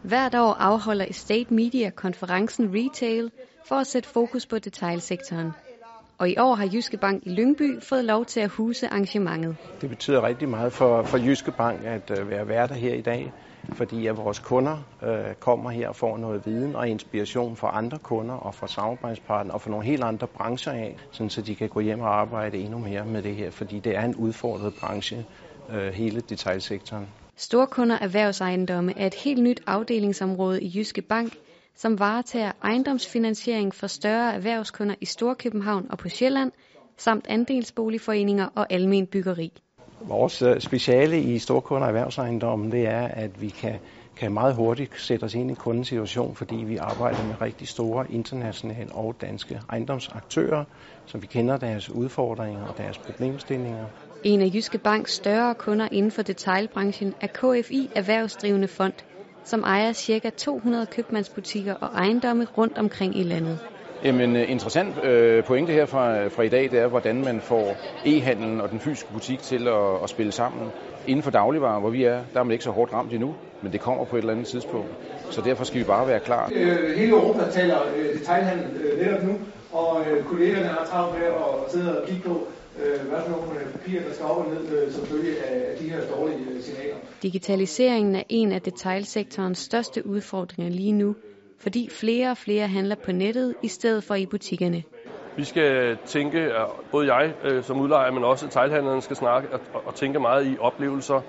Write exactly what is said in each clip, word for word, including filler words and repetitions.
Hvert år afholder Estate Media konferencen Retail for at sætte fokus på detailsektoren. Og i år har Jyske Bank i Lyngby fået lov til at huse arrangementet. Det betyder rigtig meget for, for Jyske Bank at være vært her i dag, fordi at vores kunder øh, kommer her og får noget viden og inspiration fra andre kunder og fra samarbejdspartnere og fra nogle helt andre brancher af, sådan så de kan gå hjem og arbejde endnu mere med det her, fordi det er en udfordret branche, øh, hele detailsektoren. Storkunder erhvervsejendomme er et helt nyt afdelingsområde i Jyske Bank, som varetager ejendomsfinansiering for større erhvervskunder i Storkøbenhavn og på Sjælland, samt andelsboligforeninger og almen byggeri. Vores speciale i storkunder erhvervsejendommen, det er, at vi kan, kan meget hurtigt sætte os ind i kundens situation, fordi vi arbejder med rigtig store internationale og danske ejendomsaktører, så vi kender deres udfordringer og deres problemstillinger. En af Jyske Banks større kunder inden for detailbranchen er K F I Erhvervsdrivende Fond, som ejer ca. to hundrede købmandsbutikker og ejendomme rundt omkring i landet. Jamen, en interessant pointe her fra, fra i dag, det er, hvordan man får e-handlen og den fysiske butik til at, at spille sammen. Inden for dagligvarer, hvor vi er, der er man ikke så hårdt ramt endnu, men det kommer på et eller andet tidspunkt. Så derfor skal vi bare være klar. Hele Europa taler detailhandel netop nu, og kollegerne har travlt med at sidde og kigge på, hvad for nogle papirer, der skal op og ned, som følge af de her dårlige signaler. Digitaliseringen er en af detailsektorens største udfordringer lige nu, fordi flere og flere handler på nettet i stedet for i butikkerne. Vi skal tænke, både jeg som udlejer, men også detailhandlerne skal snakke og tænke meget i oplevelser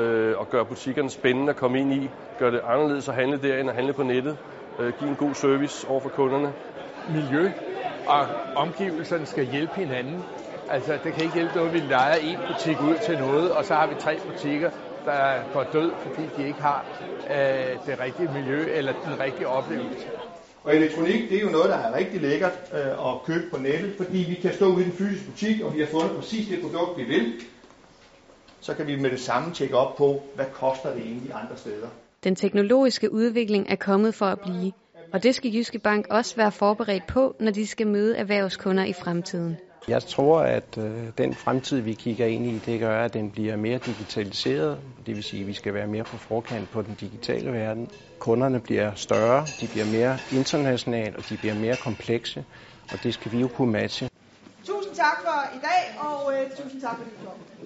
og gøre butikkerne spændende at komme ind i. Gøre det anderledes at handle der, end at handle på nettet. Give en god service over for kunderne. Miljø og omgivelserne skal hjælpe hinanden. Altså, det kan ikke hjælpe noget, vi lejer en butik ud til noget, og så har vi tre butikker, der går død, fordi de ikke har øh, det rigtige miljø eller den rigtige oplevelse. Og elektronik, det er jo noget, der er rigtig lækkert øh, at købe på nettet, fordi vi kan stå ude i den fysiske butik, og vi har fundet præcis det produkt, vi vil. Så kan vi med det samme tjekke op på, hvad koster det egentlig andre steder. Den teknologiske udvikling er kommet for at blive, og det skal Jyske Bank også være forberedt på, når de skal møde erhvervskunder i fremtiden. Jeg tror, at øh, den fremtid, vi kigger ind i, det gør, at den bliver mere digitaliseret. Det vil sige, at vi skal være mere på forkant på den digitale verden. Kunderne bliver større, de bliver mere internationale, og de bliver mere komplekse, og det skal vi jo kunne matche. Tusind tak for i dag, og øh, tusind tak for det.